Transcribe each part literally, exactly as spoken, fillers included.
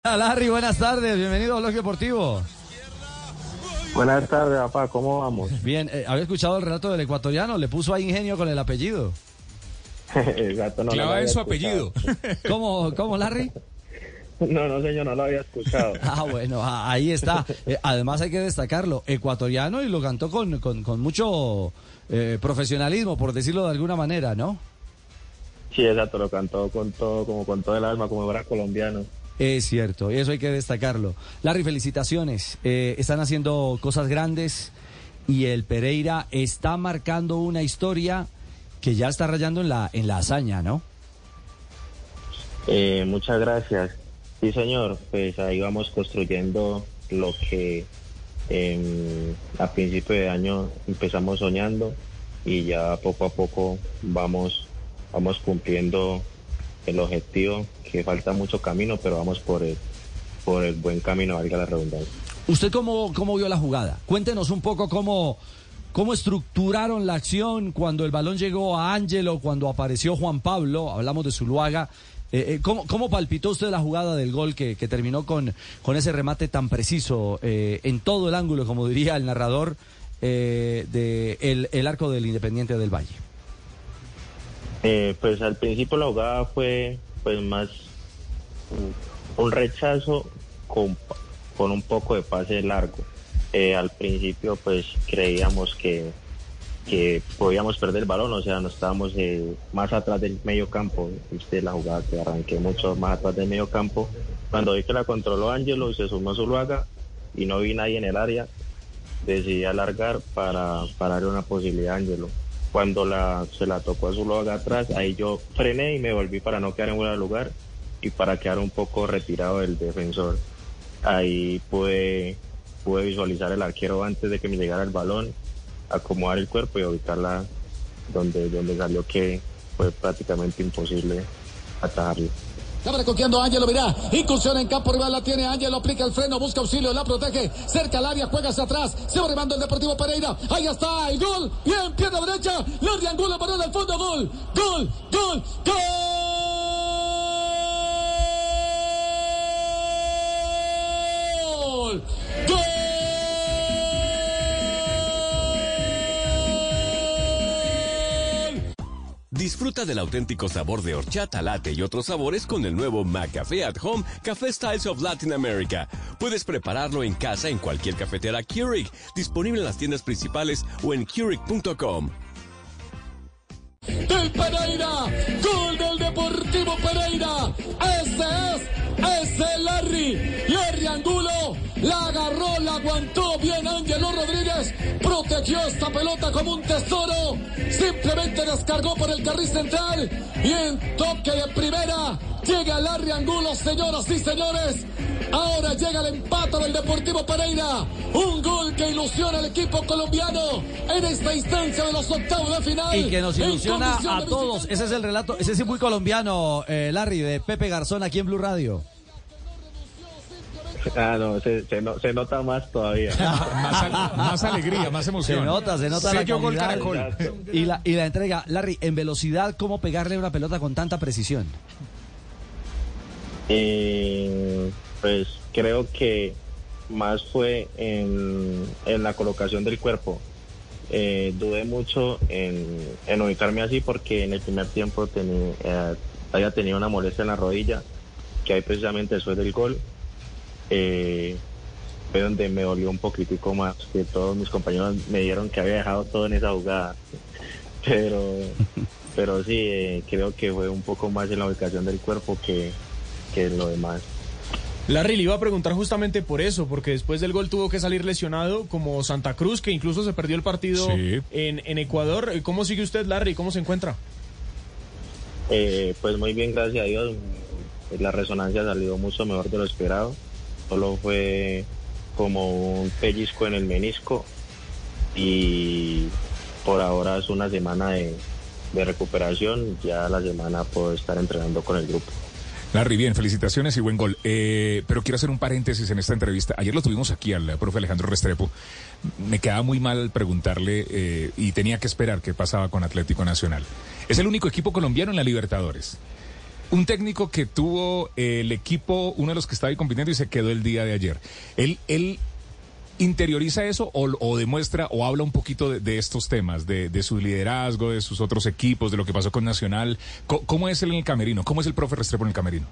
Hola Larry, buenas tardes, bienvenido a Blog Deportivo. Buenas tardes, papá, ¿cómo vamos? Bien, eh, ¿había escuchado el relato del ecuatoriano? Le puso ahí ingenio con el apellido. Exacto, no Clava en su apellido. ¿Cómo, cómo, Larry? No, no, señor, no lo había escuchado. Ah, bueno, ahí está. Eh, además hay que destacarlo, ecuatoriano y lo cantó con, con, con mucho eh, profesionalismo, por decirlo de alguna manera, ¿no? Sí, exacto, lo cantó con todo, como con todo el alma, como era colombiano. Es cierto, eso hay que destacarlo. Larry, felicitaciones. Eh, están haciendo cosas grandes y el Pereira está marcando una historia que ya está rayando en la, en la hazaña, ¿no? Eh, muchas gracias. Sí, señor, pues ahí vamos construyendo lo que eh, a principio de año empezamos soñando y ya poco a poco vamos, vamos cumpliendo el objetivo, que falta mucho camino, pero vamos por el, por el buen camino, valga la redundancia. ¿Usted cómo, cómo vio la jugada? Cuéntenos un poco cómo, cómo estructuraron la acción cuando el balón llegó a Ángelo, cuando apareció Juan Pablo, hablamos de Zuluaga. Eh, eh, ¿cómo, ¿Cómo palpitó usted la jugada del gol que, que terminó con, con ese remate tan preciso eh, en todo el ángulo, como diría el narrador, eh, de el, el arco del Independiente del Valle? Eh, pues al principio la jugada fue pues más un, un rechazo con, con un poco de pase largo. Eh, al principio pues creíamos que, que podíamos perder el balón, o sea, no estábamos eh, más atrás del medio campo. Viste la jugada que arranqué mucho más atrás del medio campo. Cuando vi que la controló Ángelo y se sumó Zuluaga y no vi nadie en el área, decidí alargar para, para darle una posibilidad a Ángelo. Cuando la, se la tocó a Zuluaga atrás, ahí yo frené y me volví para no quedar en fuera de lugar y para quedar un poco retirado del defensor. Ahí pude, pude visualizar el arquero antes de que me llegara el balón, acomodar el cuerpo y ubicarla donde, donde salió, que fue prácticamente imposible atajarlo. Cámara coqueando Ángelo, mirá, incursión en campo rival, la tiene Ángelo, aplica el freno, busca auxilio, la protege, cerca al área, juega hacia atrás, se va remando el Deportivo Pereira, ahí está el gol, bien, pierna derecha, Larry Angulo, balón al fondo, gol, gol, gol, gol, gol. Disfruta del auténtico sabor de horchata, latte y otros sabores con el nuevo McCafé at Home Café Styles of Latin America. Puedes prepararlo en casa en cualquier cafetera Keurig, disponible en las tiendas principales o en Keurig punto com. Del Pereira, gol del Deportivo Pereira, ese es, ese es Larry, Larry Angulo, la agarró, la aguantó bien Ángelo Rodríguez, protegió esta pelota como un tesoro, simplemente descargó por el carril central y en toque de primera llega Larry Angulo, señoras y señores. Ahora llega el empate del Deportivo Pereira, un gol que ilusiona al equipo colombiano en esta instancia de los octavos de final. Y que nos ilusiona a todos. Ese es el relato, ese es muy colombiano, eh, Larry, de Pepe Garzón aquí en Blue Radio. Ah, no, se, se, no, se nota más todavía. más, más alegría, más emoción. Se nota, se nota la gol calidad Caracol. y la, y la entrega. Larry, en velocidad, ¿cómo pegarle una pelota con tanta precisión? Eh, pues creo que más fue en, en la colocación del cuerpo. Eh, dudé mucho en, en ubicarme así porque en el primer tiempo tenía, eh, había tenido una molestia en la rodilla, que ahí precisamente después del gol eh, fue donde me dolió un poquitico más, que todos mis compañeros me dieron que había dejado todo en esa jugada, pero pero sí, eh, creo que fue un poco más en la ubicación del cuerpo que, que en lo demás. Larry, le iba a preguntar justamente por eso, porque después del gol tuvo que salir lesionado, como Santa Cruz, que incluso se perdió el partido sí. en, en Ecuador. ¿Cómo sigue usted, Larry? ¿Cómo se encuentra? Eh, pues muy bien, gracias a Dios. La resonancia ha salido mucho mejor de lo esperado. Solo fue como un pellizco en el menisco y por ahora es una semana de, de recuperación. Ya la semana puedo estar entrenando con el grupo. Larry, bien, felicitaciones y buen gol. Eh, pero quiero hacer un paréntesis en esta entrevista. Ayer lo tuvimos aquí al profe Alejandro Restrepo. Me quedaba muy mal preguntarle eh, y tenía que esperar qué pasaba con Atlético Nacional. Es el único equipo colombiano en la Libertadores. un técnico que tuvo eh, el equipo, uno de los que estaba ahí compitiendo y se quedó el día de ayer. Él, él interioriza eso o, o demuestra o habla un poquito de, de estos temas, de, de su liderazgo, de sus otros equipos, de lo que pasó con Nacional. ¿Cómo, cómo es él en el camerino? ¿Cómo es el profe Restrepo en el camerino?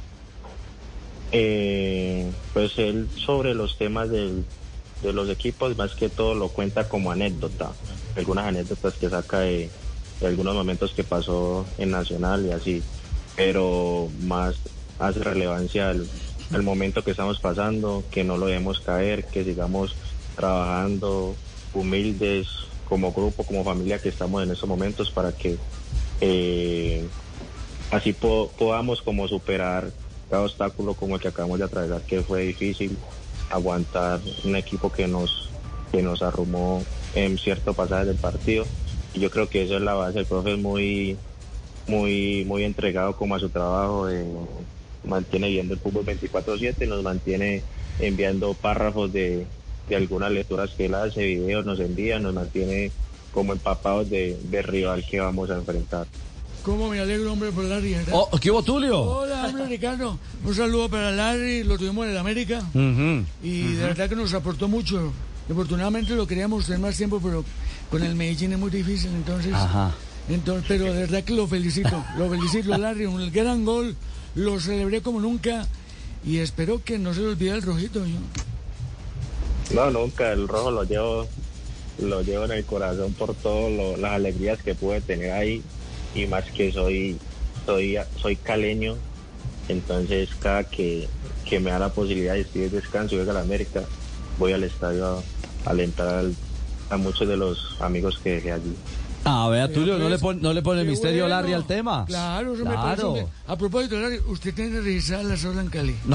Eh, pues él sobre los temas del, de los equipos, más que todo lo cuenta como anécdota. Algunas anécdotas que saca de, de algunos momentos que pasó en Nacional y así. Pero más hace relevancia al, al momento que estamos pasando, que no lo debemos caer, que sigamos trabajando humildes como grupo, como familia que estamos en estos momentos para que eh, así po- podamos como superar cada obstáculo como el que acabamos de atravesar, que fue difícil aguantar un equipo que nos, que nos arrumó en cierto pasaje del partido. Y yo creo que eso es la base. El profe es muy, muy, muy entregado como a su trabajo, eh, mantiene viendo el fútbol veinticuatro siete, nos mantiene enviando párrafos de, de algunas lecturas que él hace, videos nos envía, nos mantiene como empapados de, de rival que vamos a enfrentar. ¿Cómo me alegro, hombre, por Larry? ¿Verdad? Oh, ¿qué hubo, Tulio? Hola, hombre, Ricardo. Un saludo para Larry, lo tuvimos en el América. Uh-huh. Y Uh-huh. de verdad que nos aportó mucho. Afortunadamente lo queríamos tener más tiempo, pero con el Medellín es muy difícil, entonces... Ajá. entonces pero de verdad que lo felicito, lo felicito, Larry. Un gran gol, lo celebré como nunca y espero que no se le olvide el rojito. ¿No? No, nunca, el rojo lo llevo, lo llevo en el corazón por todas las alegrías que pude tener ahí. Y más que soy soy soy caleño, entonces cada que, que me da la posibilidad de estoy de descanso y voy a la América, voy al estadio a, a alentar al, a muchos de los amigos que dejé allí. Ah, vea, Tulio, Pero no le pues, pone, no le pone qué misterio bueno. Larry al tema. Claro, eso me Claro. parece. A propósito, Larry, usted tiene que revisar la sola en Cali. No,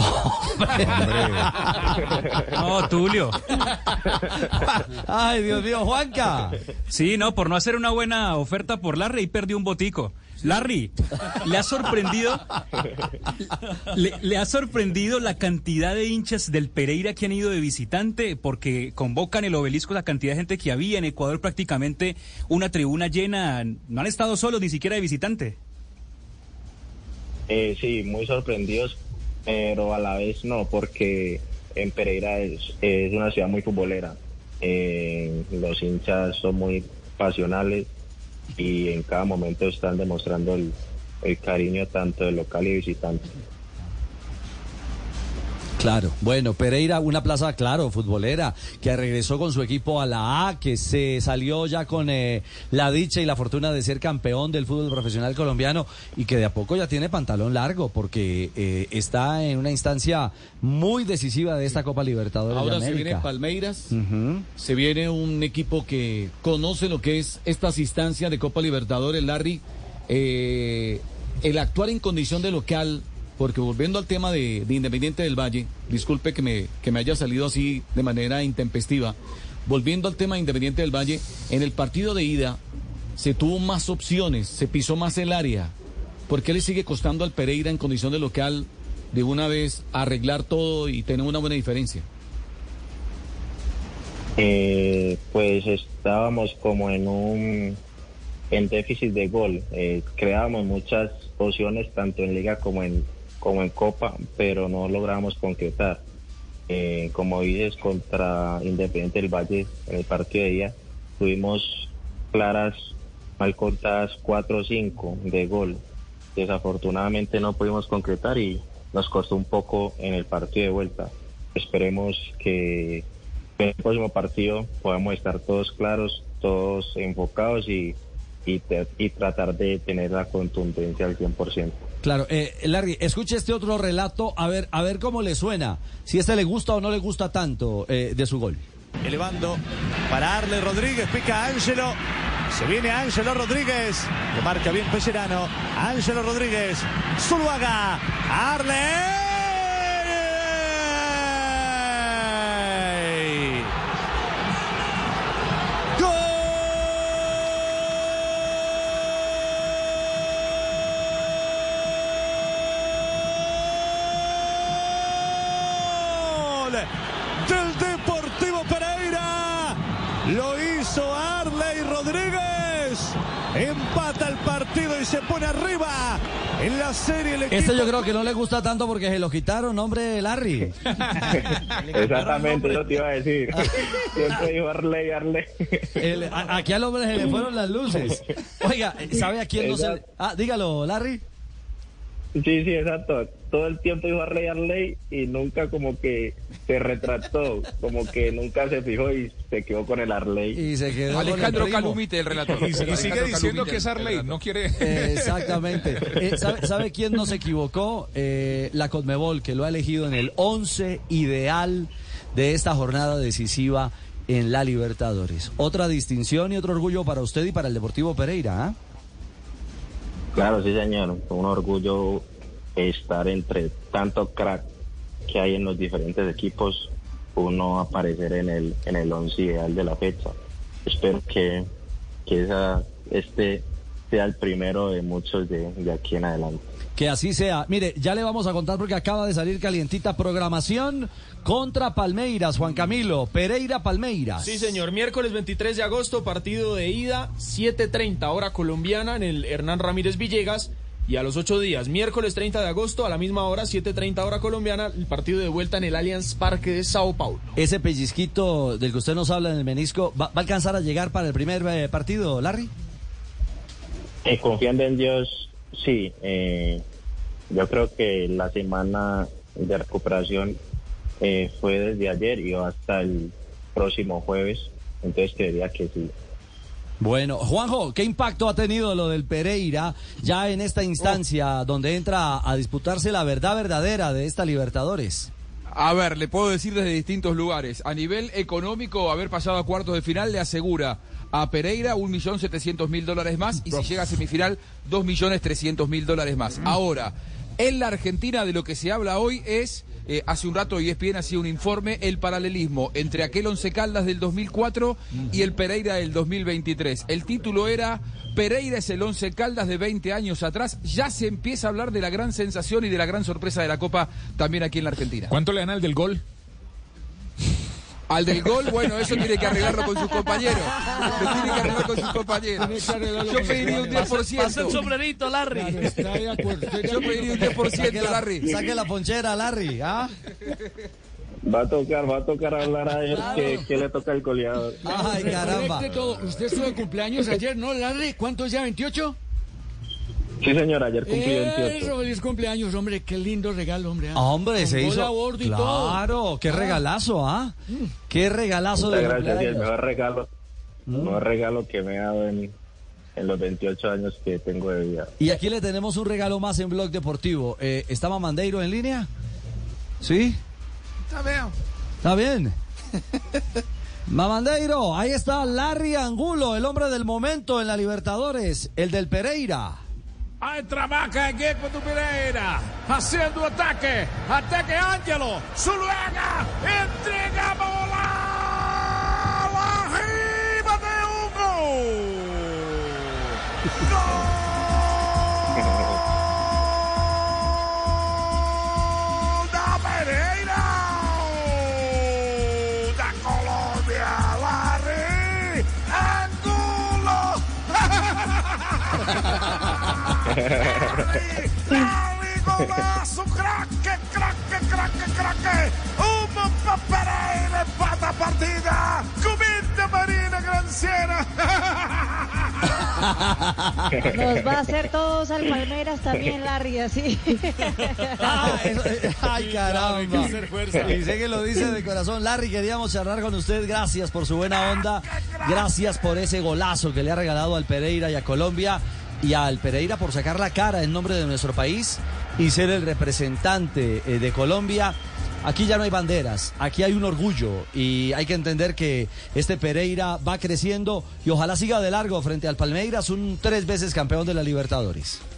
No, Tulio. ay, Dios mío, Juanca. Sí, no, por no hacer una buena oferta por Larry, y perdió un botico. Larry, ¿le ha sorprendido le, le ha sorprendido la cantidad de hinchas del Pereira que han ido de visitante? Porque convocan el Obelisco la cantidad de gente que había en Ecuador, prácticamente una tribuna llena. No han estado solos ni siquiera de visitante. Eh, sí, muy sorprendidos, pero a la vez no, porque en Pereira es, es una ciudad muy futbolera. Eh, los hinchas son muy pasionales y en cada momento están demostrando el, el cariño tanto del local y visitante. Claro, bueno, Pereira, una plaza, claro, futbolera, que regresó con su equipo a la A, que se salió ya con eh, la dicha y la fortuna de ser campeón del fútbol profesional colombiano y que de a poco ya tiene pantalón largo porque eh, está en una instancia muy decisiva de esta Copa Libertadores Ahora de se América. viene Palmeiras, Uh-huh. se viene un equipo que conoce lo que es estas instancias de Copa Libertadores, Larry. Eh, el actuar en condición de local, porque volviendo al tema de, de Independiente del Valle, disculpe que me, que me haya salido así de manera intempestiva, volviendo al tema de Independiente del Valle, en el partido de ida se tuvo más opciones, se pisó más el área. ¿Por qué le sigue costando al Pereira en condición de local de una vez arreglar todo y tener una buena diferencia? Eh, pues estábamos como en un en déficit de gol. Eh, creábamos muchas opciones tanto en Liga como en como en Copa, pero no logramos concretar. Eh, como dices, contra Independiente del Valle, en el partido de día, tuvimos claras, mal contadas, cuatro o cinco de gol. Desafortunadamente no pudimos concretar y nos costó un poco en el partido de vuelta. Esperemos que en el próximo partido podamos estar todos claros, todos enfocados y, y, te, y tratar de tener la contundencia al cien por ciento. Claro, eh, Larry, escuche este otro relato, a ver, a ver cómo le suena, si este le gusta o no le gusta tanto eh, de su gol. Elevando para Arle Rodríguez, pica Ángelo, se viene Ángelo Rodríguez, lo marca bien Pellerano, Ángelo Rodríguez, Zuluaga, Arle. Del Deportivo Pereira, lo hizo Arley Rodríguez, empata el partido y se pone arriba en la serie. El equipo... Este yo creo que no le gusta tanto porque se lo quitaron, hombre, Larry. Exactamente, eso te iba a decir. Siempre dijo Arley, Arley. El, a, aquí al hombre se le fueron las luces. Oiga, ¿sabe a quién no se le... Ah, dígalo, Larry. Sí, sí, exacto. Todo el tiempo dijo Arley, Arley y nunca como que se retrató, como que nunca se fijó y se quedó con el Arley. Y se quedó Alejandro con el Calumite, el relator. Y, y sigue Alejandro diciendo Calumite, que es Arley, no quiere... Eh, exactamente. Eh, ¿sabe, ¿Sabe quién no se equivocó? Eh, la Conmebol, que lo ha elegido en el once ideal de esta jornada decisiva en la Libertadores. Otra distinción y otro orgullo para usted y para el Deportivo Pereira, ¿ah? ¿eh? Claro, sí, señor. Un orgullo estar entre tanto crack que hay en los diferentes equipos, uno aparecer en el en el once ideal de la fecha. Espero que, que esa este sea el primero de muchos de, de aquí en adelante. Que así sea. Mire, ya le vamos a contar porque acaba de salir calientita programación contra Palmeiras, Juan Camilo. Pereira Palmeiras. Sí, señor. Miércoles veintitrés de agosto, partido de ida, siete treinta hora colombiana en el Hernán Ramírez Villegas. Y a los ocho días, miércoles treinta de agosto, a la misma hora, siete treinta hora colombiana, el partido de vuelta en el Allianz Parque de Sao Paulo. Ese pellizquito del que usted nos habla en el menisco, ¿va, va a alcanzar a llegar para el primer eh, partido, Larry? Eh, confiando en Dios, sí. Eh, yo creo que la semana de recuperación eh, fue desde ayer y va hasta el próximo jueves, entonces creería que sí. Bueno, Juanjo, ¿qué impacto ha tenido lo del Pereira ya en esta instancia oh. donde entra a disputarse la verdad verdadera de esta Libertadores? A ver, le puedo decir desde distintos lugares. A nivel económico, haber pasado a cuartos de final le asegura a Pereira un millón setecientos mil dólares más y si llega a semifinal, dos millones trescientos mil dólares más. Ahora, en la Argentina de lo que se habla hoy es... Eh, hace un rato E S P N hacía un informe, el paralelismo entre aquel Once Caldas del dos mil cuatro y el Pereira del dos mil veintitrés. El título era Pereira es el Once Caldas de veinte años atrás. Ya se empieza a hablar de la gran sensación y de la gran sorpresa de la Copa también aquí en la Argentina. ¿Cuánto le dan al del gol? Al del gol, bueno, eso tiene que arreglarlo con sus compañeros. Lo tiene que arreglar con sus compañeros. Yo pediría un diez por ciento. Pasa el sombrerito, Larry. Yo pediría un diez por ciento, Larry. Saque la ponchera, Larry. ¿Ah? Va a tocar, va a tocar hablar a él claro. que, que le toca el goleador. Ay, caramba. Usted estuvo de cumpleaños ayer, ¿no, Larry? ¿Cuántos ya? ¿veintiocho? Sí, señor, ayer cumplí veintiocho. Eso, feliz cumpleaños, hombre, qué lindo regalo, hombre. ¿Ah? Hombre, con se hizo. A bordo y claro, todo. qué regalazo, ¿ah? ¿eh? Qué regalazo Muchas de gracias, cumpleaños. el mejor regalo, el mejor regalo que me ha dado en, en los veintiocho años que tengo de vida. Y aquí le tenemos un regalo más en Blog Deportivo. Eh, ¿Está Mamandeiro en línea? ¿Sí? Está bien. ¿Está bien? Mamandeiro, ahí está Larry Angulo, el hombre del momento en la Libertadores, el del Pereira. Aí trabaja el equipo do Pereira, haciendo ataque, ataque Ángelo, Zuluaga, entrega a bola, arriba de Hugo, gol da Pereira, da Colômbia, Larry Angulo. Larry, Larry, golaço, craque, craque, craque, craque. Uma para Pereira, empata a partida. Comida Marina Granciera. Nos va a hacer todos al Palmeiras también, Larry, así. Ah, eso, ay, caramba. Y sé que lo dice de corazón. Larry, queríamos charlar con usted. Gracias por su buena onda. Gracias por ese golazo que le ha regalado al Pereira y a Colombia. Y al Pereira por sacar la cara en nombre de nuestro país y ser el representante eh, de Colombia. Aquí ya no hay banderas, aquí hay un orgullo y hay que entender que este Pereira va creciendo y ojalá siga de largo frente al Palmeiras, un tres veces campeón de la Libertadores.